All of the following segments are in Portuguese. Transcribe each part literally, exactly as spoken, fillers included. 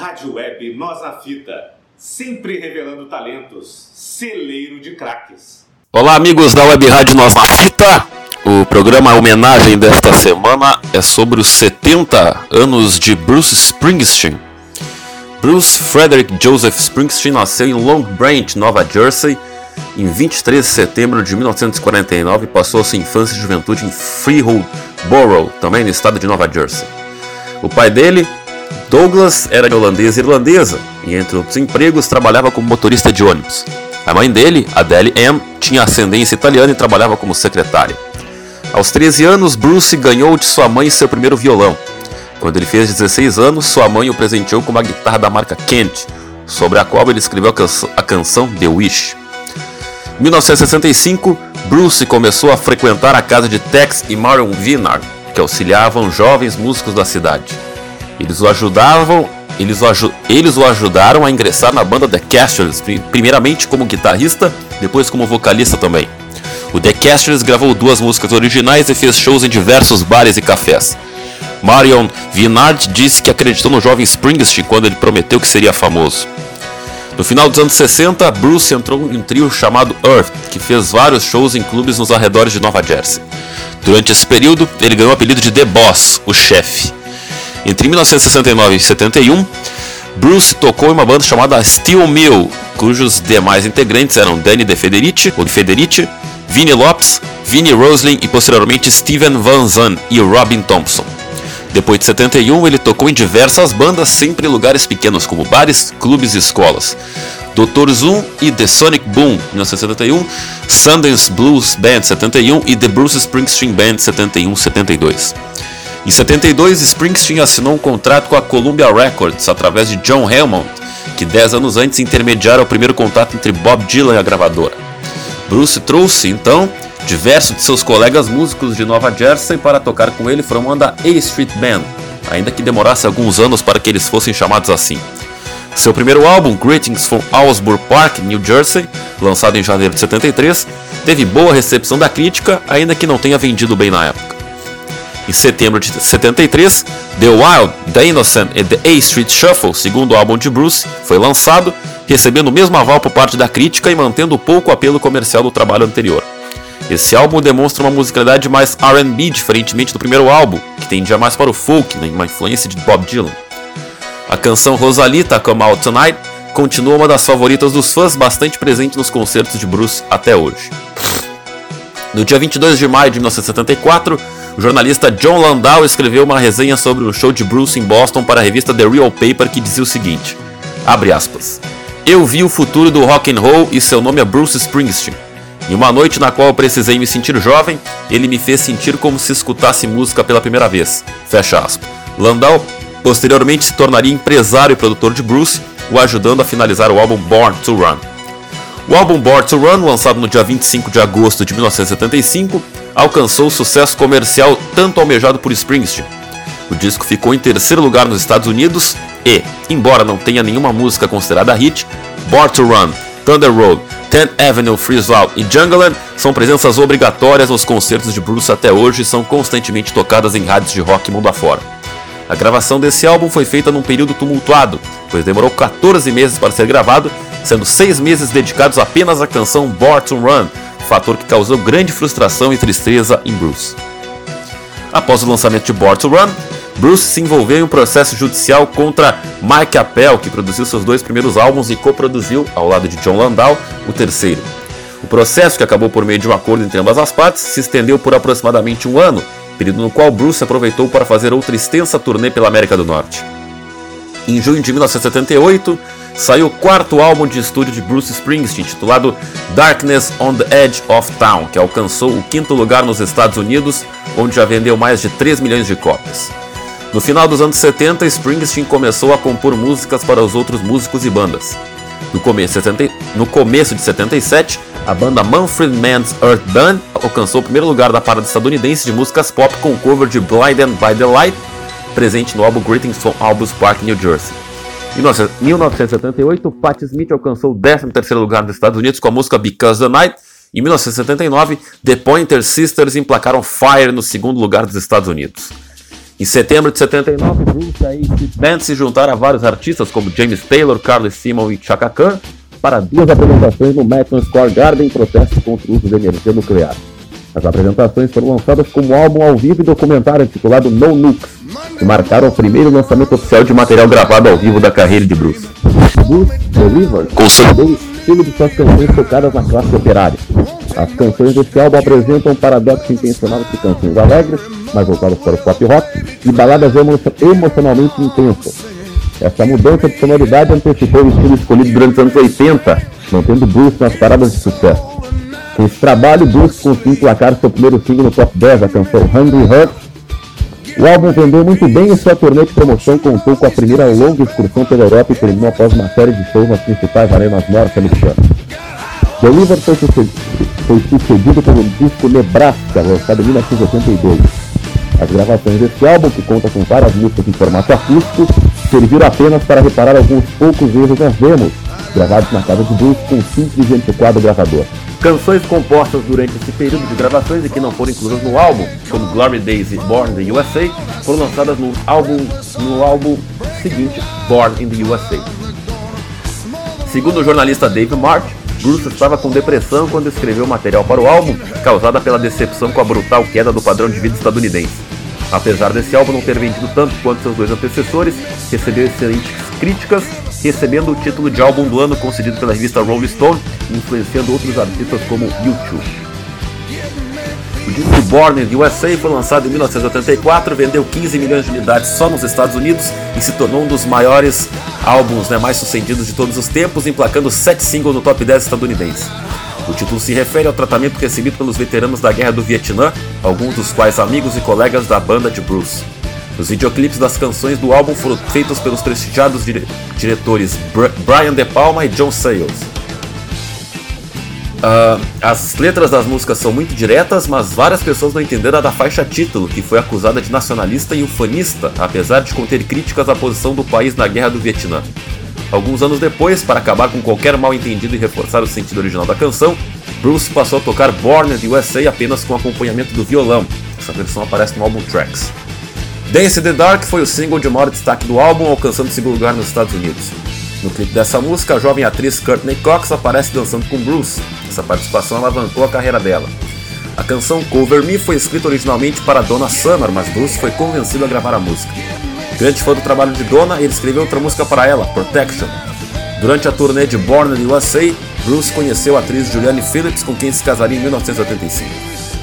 Rádio Web Nós na Fita, sempre revelando talentos, celeiro de craques. Olá, amigos da Web Rádio Nós na Fita. O programa homenagem desta semana é sobre os setenta anos de Bruce Springsteen. Bruce Frederick Joseph Springsteen nasceu em Long Branch, Nova Jersey, em vinte e três de setembro de mil novecentos e quarenta e nove e passou sua infância e juventude em Freehold Borough, também no estado de Nova Jersey. O pai dele, Douglas, era holandês e irlandesa e, entre outros empregos, trabalhava como motorista de ônibus. A mãe dele, Adele M., tinha ascendência italiana e trabalhava como secretária. Aos treze anos, Bruce ganhou de sua mãe seu primeiro violão. Quando ele fez dezesseis anos, sua mãe o presenteou com uma guitarra da marca Kent, sobre a qual ele escreveu a canção The Wish. Em mil novecentos e sessenta e cinco, Bruce começou a frequentar a casa de Tex e Marion Vinard, que auxiliavam jovens músicos da cidade. Eles o ajudavam, eles o, aju, eles o ajudaram a ingressar na banda The Castles, primeiramente como guitarrista, depois como vocalista também. O The Castles gravou duas músicas originais e fez shows em diversos bares e cafés. Marion Vinard disse que acreditou no jovem Springsteen quando ele prometeu que seria famoso. No final dos anos sessenta, Bruce entrou em um trio chamado Earth, que fez vários shows em clubes nos arredores de Nova Jersey. Durante esse período, ele ganhou o apelido de The Boss, o chefe. Entre mil novecentos e sessenta e nove e setenta e um, Bruce tocou em uma banda chamada Steel Mill, cujos demais integrantes eram Danny DeFederici, ou DeFederici, Vinnie Lopes, Vinnie Roslin e posteriormente Steven Van Zandt e Robin Thompson. Depois de setenta e um, ele tocou em diversas bandas, sempre em lugares pequenos como bares, clubes e escolas. doutor Zoom e The Sonic Boom, mil novecentos e setenta e um, Sundance Blues Band setenta e um e The Bruce Springsteen Band setenta e um a setenta e dois. Em setenta e dois, Springsteen assinou um contrato com a Columbia Records através de John Hammond, que dez anos antes intermediara o primeiro contato entre Bob Dylan e a gravadora. Bruce trouxe, então, diversos de seus colegas músicos de Nova Jersey para tocar com ele formando a A Street Band, ainda que demorasse alguns anos para que eles fossem chamados assim. Seu primeiro álbum, Greetings from Augsburg Park, New Jersey, lançado em janeiro de setenta e três, teve boa recepção da crítica, ainda que não tenha vendido bem na época. Em setembro de setenta e três, The Wild, The Innocent e The A Street Shuffle, segundo álbum de Bruce, foi lançado, recebendo o mesmo aval por parte da crítica e mantendo pouco apelo comercial do trabalho anterior. Esse álbum demonstra uma musicalidade mais R and B, diferentemente do primeiro álbum, que tendia mais para o folk, né, uma influência de Bob Dylan. A canção Rosalita, Come Out Tonight, continua uma das favoritas dos fãs, bastante presente nos concertos de Bruce até hoje. No dia vinte e dois de maio de mil novecentos e setenta e quatro, o jornalista John Landau escreveu uma resenha sobre o show de Bruce em Boston para a revista The Real Paper, que dizia o seguinte, abre aspas, eu vi o futuro do rock and roll e seu nome é Bruce Springsteen. Em uma noite na qual eu precisei me sentir jovem, ele me fez sentir como se escutasse música pela primeira vez. Fecha aspas. Landau posteriormente se tornaria empresário e produtor de Bruce, o ajudando a finalizar o álbum Born to Run. O álbum Born to Run, lançado no dia vinte e cinco de agosto de mil novecentos e setenta e cinco, alcançou o sucesso comercial tanto almejado por Springsteen. O disco ficou em terceiro lugar nos Estados Unidos e, embora não tenha nenhuma música considerada hit, Born to Run, Thunder Road, tenth Avenue Freeze Out e Jungleland são presenças obrigatórias nos concertos de Bruce até hoje e são constantemente tocadas em rádios de rock mundo afora. A gravação desse álbum foi feita num período tumultuado, pois demorou quatorze meses para ser gravado, sendo seis meses dedicados apenas à canção Born to Run, fator que causou grande frustração e tristeza em Bruce. Após o lançamento de Born to Run, Bruce se envolveu em um processo judicial contra Mike Appel, que produziu seus dois primeiros álbuns e coproduziu, ao lado de John Landau, o terceiro. O processo, que acabou por meio de um acordo entre ambas as partes, se estendeu por aproximadamente um ano, período no qual Bruce aproveitou para fazer outra extensa turnê pela América do Norte. Em junho de mil novecentos e setenta e oito, saiu o quarto álbum de estúdio de Bruce Springsteen, intitulado Darkness on the Edge of Town, que alcançou o quinto lugar nos Estados Unidos, onde já vendeu mais de três milhões de cópias. No final dos anos setenta, Springsteen começou a compor músicas para os outros músicos e bandas. No começo, no começo de setenta e sete, a banda Manfred Mann's Earth Band alcançou o primeiro lugar da parada estadunidense de músicas pop com o cover de Blinded by the Light, presente no álbum Greetings from Augsburg Park, New Jersey. Em mil novecentos e setenta e oito, Patti Smith alcançou o décimo terceiro lugar nos Estados Unidos com a música Because the Night. Em mil novecentos e setenta e nove, The Pointer Sisters emplacaram Fire no segundo lugar dos Estados Unidos. Em setembro de setenta e nove, Bruce e a A-Street Band se juntaram a vários artistas como James Taylor, Carly Simon e Chaka Khan para duas apresentações no Madison Square Garden em protesto contra o uso de energia nuclear. As apresentações foram lançadas como álbum ao vivo e documentário intitulado No Nukes, que marcaram o primeiro lançamento oficial de material gravado ao vivo da carreira de Bruce. Bruce, The River, consolidou o estilo de suas canções tocadas na classe operária. As canções deste álbum apresentam um paradoxo intencional de canções alegres, mais voltadas para o pop rock, e baladas emo- emocionalmente intensas. Essa mudança de sonoridade antecipou o estilo escolhido durante os anos oitenta, mantendo Bruce nas paradas de sucesso. Com esse trabalho, Bruce conseguiu emplacar seu primeiro single no top dez, a canção Hungry Heart. O álbum vendeu muito bem e sua turnê de promoção contou com a primeira longa excursão pela Europa e terminou após uma série de shows nas principais arenas norte-americanas. The River foi sucedido, foi sucedido pelo disco Nebraska, lançado em mil novecentos e oitenta e dois. As gravações desse álbum, que conta com várias músicas em formato acústico, serviram apenas para reparar alguns poucos erros nas demos, gravados na casa de Bruce com um simples e antiquado gravador. Canções compostas durante esse período de gravações e que não foram inclusas no álbum, como Glory Days e Born in the U S A, foram lançadas no álbum, no álbum seguinte, Born in the U S A. Segundo o jornalista Dave March, Bruce estava com depressão quando escreveu o material para o álbum, causada pela decepção com a brutal queda do padrão de vida estadunidense. Apesar desse álbum não ter vendido tanto quanto seus dois antecessores, recebeu excelentes críticas, recebendo o título de álbum do ano concedido pela revista Rolling Stone, influenciando outros artistas como U dois. O disco Born in the U S A foi lançado em mil novecentos e oitenta e quatro, vendeu quinze milhões de unidades só nos Estados Unidos e se tornou um dos maiores álbuns, né, mais sucedidos de todos os tempos, emplacando sete singles no top dez estadunidense. O título se refere ao tratamento recebido pelos veteranos da Guerra do Vietnã, alguns dos quais amigos e colegas da banda de Bruce. Os videoclipes das canções do álbum foram feitos pelos prestigiados dire- diretores Br- Brian De Palma e John Sayles. Uh, as letras das músicas são muito diretas, mas várias pessoas não entenderam a da faixa título, que foi acusada de nacionalista e ufanista, apesar de conter críticas à posição do país na Guerra do Vietnã. Alguns anos depois, para acabar com qualquer mal-entendido e reforçar o sentido original da canção, Bruce passou a tocar Born in the U S A apenas com acompanhamento do violão. Essa versão aparece no álbum Tracks. Dance in the Dark foi o single de maior destaque do álbum, alcançando o segundo lugar nos Estados Unidos. No clipe dessa música, a jovem atriz Courtney Cox aparece dançando com Bruce. Essa participação alavancou a carreira dela. A canção Cover Me foi escrita originalmente para Donna Summer, mas Bruce foi convencido a gravar a música. Grande fã do trabalho de Donna, ele escreveu outra música para ela, Protection. Durante a turnê de Born in the U S A, Bruce conheceu a atriz Julianne Phillips, com quem se casaria em mil novecentos e oitenta e cinco.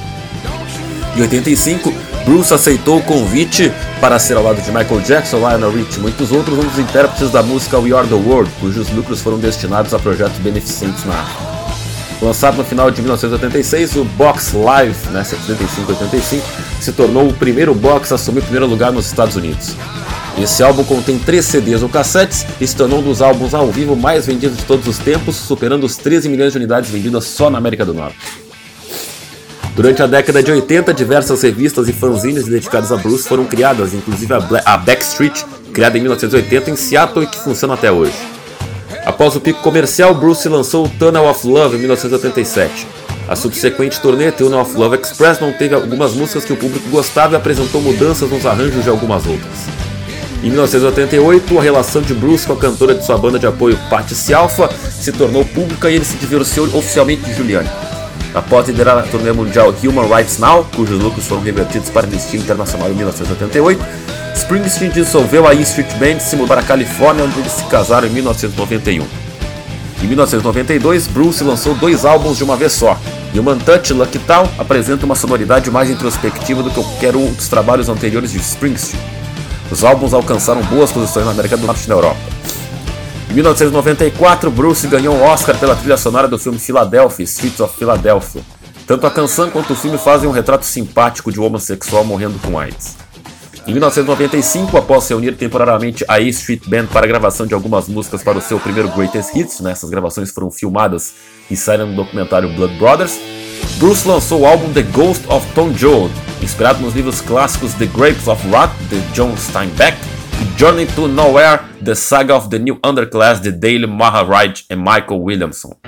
Em oitenta e cinco, Bruce aceitou o convite para ser ao lado de Michael Jackson, Lionel Richie e muitos outros, um dos intérpretes da música We Are The World, cujos lucros foram destinados a projetos beneficentes na África. Lançado no final de mil novecentos e oitenta e seis, o Box Live, né, setenta e cinco a oitenta e cinco, se tornou o primeiro box a assumir o primeiro lugar nos Estados Unidos. Esse álbum contém três C Ds ou cassetes e se tornou um dos álbuns ao vivo mais vendidos de todos os tempos, superando os treze milhões de unidades vendidas só na América do Norte. Durante a década de oitenta, diversas revistas e fanzines dedicadas a Bruce foram criadas, inclusive a, Bla- a Backstreet, criada em mil novecentos e oitenta em Seattle e que funciona até hoje. Após o pico comercial, Bruce lançou o Tunnel of Love em mil novecentos e oitenta e sete. A subsequente turnê, Tunnel of Love Express, não teve algumas músicas que o público gostava e apresentou mudanças nos arranjos de algumas outras. Em mil novecentos e oitenta e oito, a relação de Bruce com a cantora de sua banda de apoio Patty Cialfa se tornou pública e ele se divorciou oficialmente de Julianne. Após liderar a turnê mundial Human Rights Now, cujos lucros foram revertidos para o destino internacional em mil novecentos e oitenta e oito, Springsteen dissolveu a A-Street Band e se mudou para a Califórnia, onde eles se casaram em mil novecentos e noventa e um. Em mil novecentos e noventa e dois, Bruce lançou dois álbuns de uma vez só. Human Touch e Lucky Town apresentam uma sonoridade mais introspectiva do que qualquer um dos trabalhos anteriores de Springsteen. Os álbuns alcançaram boas posições na América do Norte e na Europa. Em mil novecentos e noventa e quatro, Bruce ganhou um Oscar pela trilha sonora do filme Philadelphia, Streets of Philadelphia. Tanto a canção quanto o filme fazem um retrato simpático de um homossexual morrendo com AIDS. Em mil novecentos e noventa e cinco, após reunir temporariamente a A-Street Band para a gravação de algumas músicas para o seu primeiro Greatest Hits, né, essas gravações foram filmadas e saíram no documentário Blood Brothers, Bruce lançou o álbum The Ghost of Tom Joad, inspirado nos livros clássicos The Grapes of Wrath, de John Steinbeck, e Journey to Nowhere, The Saga of the New Underclass, de Dale Maharaj e Michael Williamson.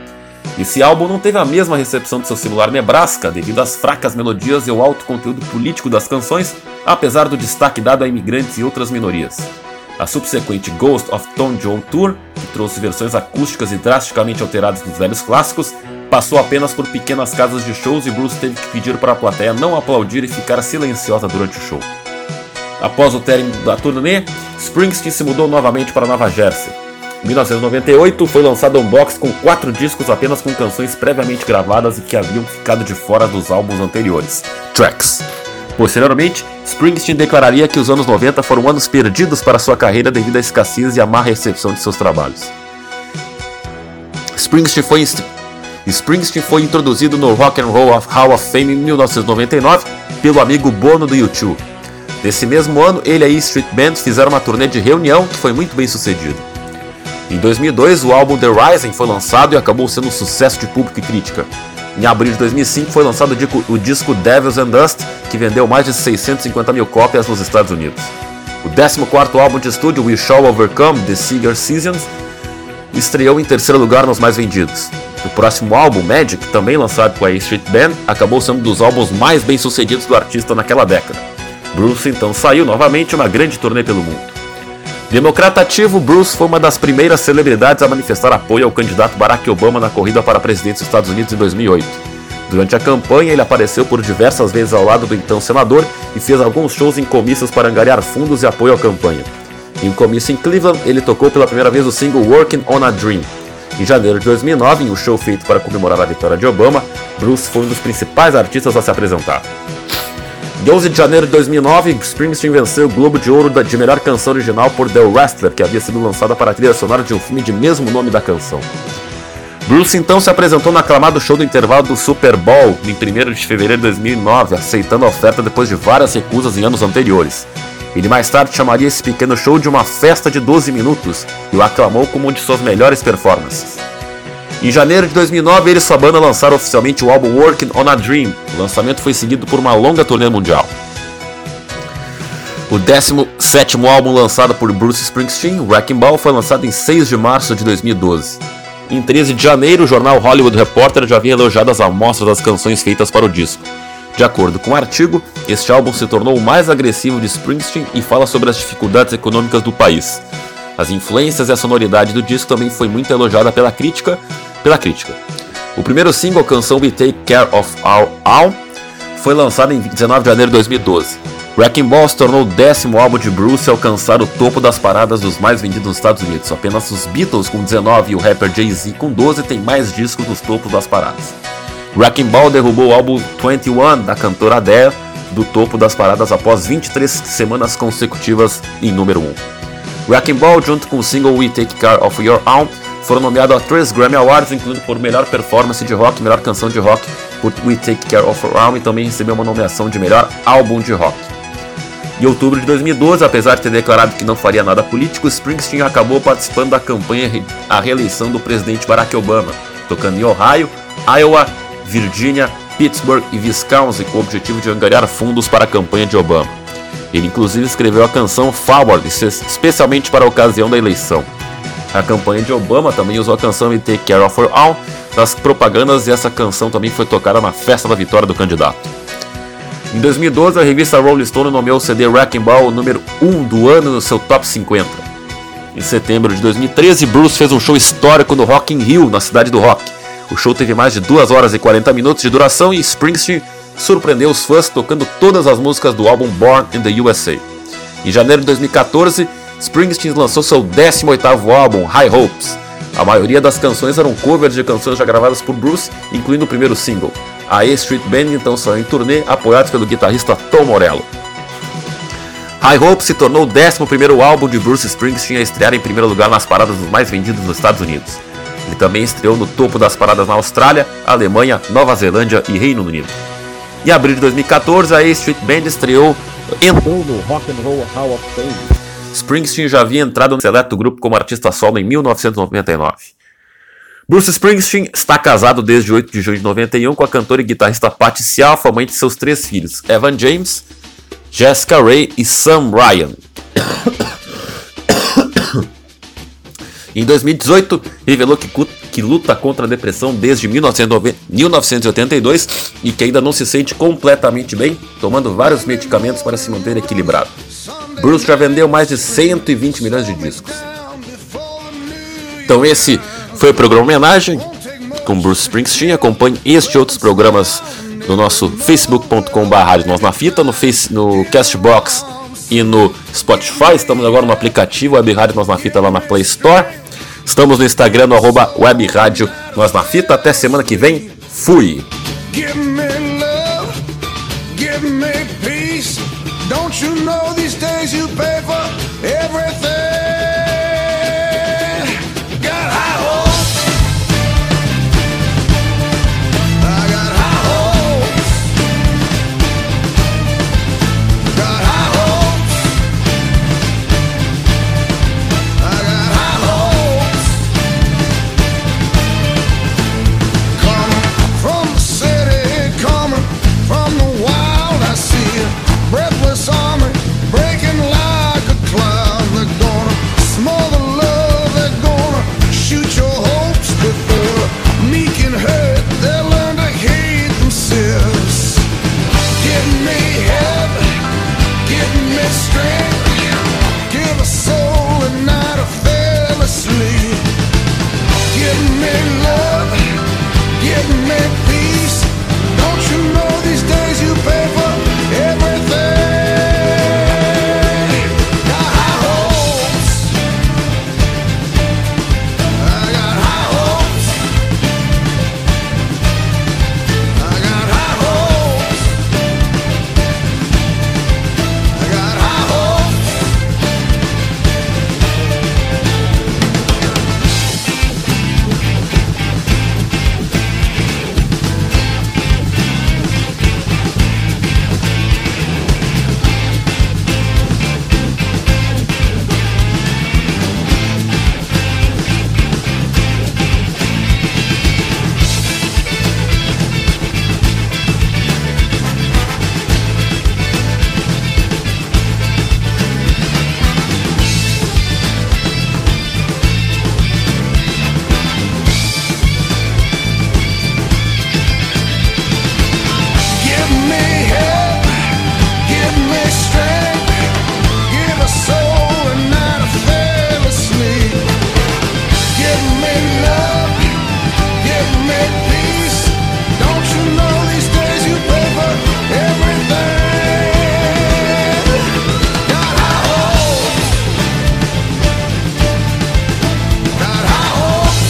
Esse álbum não teve a mesma recepção de seu similar Nebraska, devido às fracas melodias e ao alto conteúdo político das canções, apesar do destaque dado a imigrantes e outras minorias. A subsequente Ghost of Tom Joad Tour, que trouxe versões acústicas e drasticamente alteradas dos velhos clássicos, passou apenas por pequenas casas de shows e Bruce teve que pedir para a plateia não aplaudir e ficar silenciosa durante o show. Após o término da turnê, Springsteen se mudou novamente para Nova Jersey. Em mil novecentos e noventa e oito, foi lançado um box com quatro discos apenas com canções previamente gravadas e que haviam ficado de fora dos álbuns anteriores, Tracks. Posteriormente, Springsteen declararia que os anos noventa foram anos perdidos para sua carreira devido à escassez e à má recepção de seus trabalhos. Springsteen foi, inst... Springsteen foi introduzido no Rock and Roll Hall of Fame em mil novecentos e noventa e nove pelo amigo Bono do U dois. Nesse mesmo ano, ele e a E Street Band fizeram uma turnê de reunião que foi muito bem sucedida. Em dois mil e dois, o álbum The Rising foi lançado e acabou sendo um sucesso de público e crítica. Em abril de dois mil e cinco foi lançado o disco Devils and Dust, que vendeu mais de seiscentas e cinquenta mil cópias nos Estados Unidos. O décimo quarto álbum de estúdio, We Shall Overcome, The Cigar Seasons, estreou em terceiro lugar nos mais vendidos. O próximo álbum, Magic, também lançado com a E Street Band, acabou sendo um dos álbuns mais bem-sucedidos do artista naquela década. Bruce então saiu novamente uma grande turnê pelo mundo. Democrata ativo, Bruce foi uma das primeiras celebridades a manifestar apoio ao candidato Barack Obama na corrida para presidente dos Estados Unidos em dois mil e oito. Durante a campanha, ele apareceu por diversas vezes ao lado do então senador e fez alguns shows em comícios para angariar fundos e apoio à campanha. Em um comício em Cleveland, ele tocou pela primeira vez o single Working on a Dream. Em janeiro de dois mil e nove, em um show feito para comemorar a vitória de Obama, Bruce foi um dos principais artistas a se apresentar. Em doze de janeiro de dois mil e nove, Springsteen venceu o Globo de Ouro de melhor canção original por The Wrestler, que havia sido lançada para a trilha sonora de um filme de mesmo nome da canção. Bruce então se apresentou no aclamado show do intervalo do Super Bowl em primeiro de fevereiro de dois mil e nove, aceitando a oferta depois de várias recusas em anos anteriores. Ele mais tarde chamaria esse pequeno show de uma festa de doze minutos e o aclamou como uma de suas melhores performances. Em janeiro de dois mil e nove, ele e sua banda lançaram oficialmente o álbum Working on a Dream. O lançamento foi seguido por uma longa turnê mundial. O décimo sétimo álbum lançado por Bruce Springsteen, Wrecking Ball, foi lançado em seis de março de dois mil e doze. Em treze de janeiro, o jornal Hollywood Reporter já havia elogiado as amostras das canções feitas para o disco. De acordo com o artigo, este álbum se tornou o mais agressivo de Springsteen e fala sobre as dificuldades econômicas do país. As influências e a sonoridade do disco também foi muito elogiada pela crítica, pela crítica. O primeiro single, a canção We Take Care of Our Own, foi lançado em dezenove de janeiro de dois mil e doze. Wrecking Ball se tornou o décimo álbum de Bruce a alcançar o topo das paradas dos mais vendidos nos Estados Unidos. Apenas os Beatles com dezenove e o rapper Jay-Z com doze têm mais discos nos topos das paradas. Wrecking Ball derrubou o álbum vinte e um da cantora Adele do topo das paradas após vinte e três semanas consecutivas em número um. Wrecking Ball, junto com o single We Take Care of Your Own, foram nomeados a três Grammy Awards, incluindo por melhor performance de rock, melhor canção de rock por We Take Care of Your Own, e também recebeu uma nomeação de melhor álbum de rock. Em outubro de dois mil e doze, apesar de ter declarado que não faria nada político, Springsteen acabou participando da campanha à reeleição do presidente Barack Obama, tocando em Ohio, Iowa, Virgínia, Pittsburgh e Wisconsin com o objetivo de angariar fundos para a campanha de Obama. Ele inclusive escreveu a canção Forward, especialmente para a ocasião da eleição. A campanha de Obama também usou a canção We Take Care of Your Own nas propagandas e essa canção também foi tocada na festa da vitória do candidato. Em dois mil e doze, a revista Rolling Stone nomeou o C D Wrecking Ball o número um do ano no seu Top cinquenta. Em setembro de dois mil e treze, Bruce fez um show histórico no Rock in Rio, na cidade do rock. O show teve mais de duas horas e quarenta minutos de duração e Springsteen surpreendeu os fãs tocando todas as músicas do álbum Born in the U S A. Em janeiro de dois mil e quatorze, Springsteen lançou seu décimo oitavo álbum, High Hopes. A maioria das canções eram covers de canções já gravadas por Bruce, incluindo o primeiro single. A E Street Band então saiu em turnê, apoiados pelo guitarrista Tom Morello. High Hopes se tornou o décimo primeiro álbum de Bruce Springsteen a estrear em primeiro lugar nas paradas dos mais vendidos nos Estados Unidos. Ele também estreou no topo das paradas na Austrália, Alemanha, Nova Zelândia e Reino Unido. Em abril de dois mil e quatorze, a E Street Band estreou entrou no Rock and Roll Hall of Fame. Springsteen já havia entrado no seleto grupo como artista solo em mil novecentos e noventa e nove. Bruce Springsteen está casado desde oito de junho de noventa e um com a cantora e guitarrista Patty Scialfa, mãe de seus três filhos, Evan James, Jessica Ray e Sam Ryan. Em dois mil e dezoito, revelou que que luta contra a depressão desde mil novecentos e oitenta e dois e que ainda não se sente completamente bem, tomando vários medicamentos para se manter equilibrado. Bruce já vendeu mais de cento e vinte milhões de discos. Então esse foi o programa homenagem com Bruce Springsteen. Acompanhe este e outros programas no nosso facebook ponto com barra rádio nós na fita, no, face, no Castbox e no Spotify. Estamos agora no aplicativo Web Rádio Nós na Fita lá na Play Store. Estamos no Instagram, no arroba Web Rádio Nós na Fita. Até semana que vem. Fui! Give me love, give me peace. Don't you know these days you pay for everything? Got high hopes, I got high hopes, got high hopes, I got high hopes. Coming from the city, coming from the wild, I see a breathless army breaking like a cloud. They're gonna smother love, they're gonna shoot your hopes before meek and hurt. They'll learn to hate themselves. Give me help, give me strength, give a soul a night I fell asleep. Give me love, give me peace. Don't you know these days you pay for everything? Got high hopes, I got high hopes, I got high hopes, I got high hopes. Give me help, give me strength, give a soul a night I fell asleep. Give me love, give me peace. Don't you know these days you pay for everything? Got high hopes, got high hopes,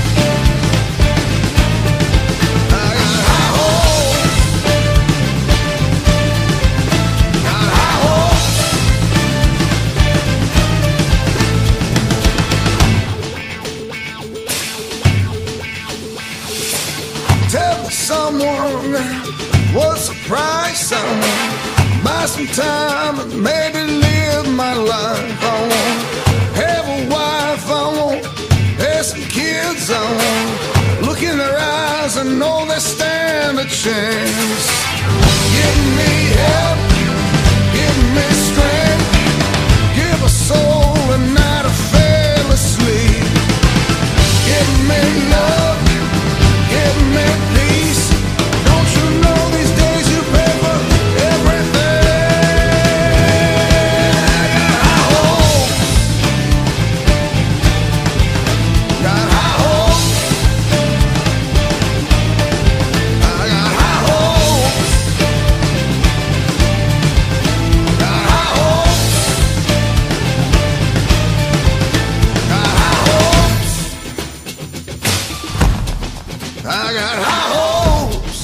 I got high hopes, got high hopes. Tell someone what's the price. I want buy some time and maybe live my life. I want have a wife, I want have some kids. I want look in their eyes and know they stand a chance. Give me help, give me strength, give a soul a night I fell asleep. Give me love, give me peace. Don't you know these days you pay for everything? I got high hopes, got high hopes, I got high hopes, got high hopes, got high hopes, I got high hopes,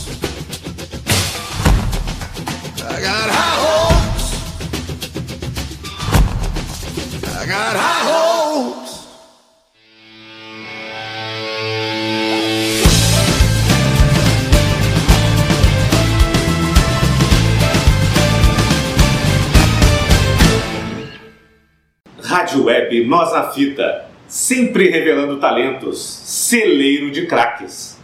I got high hopes, I got high hopes. Rádio Web Nós na Fita, sempre revelando talentos, celeiro de craques.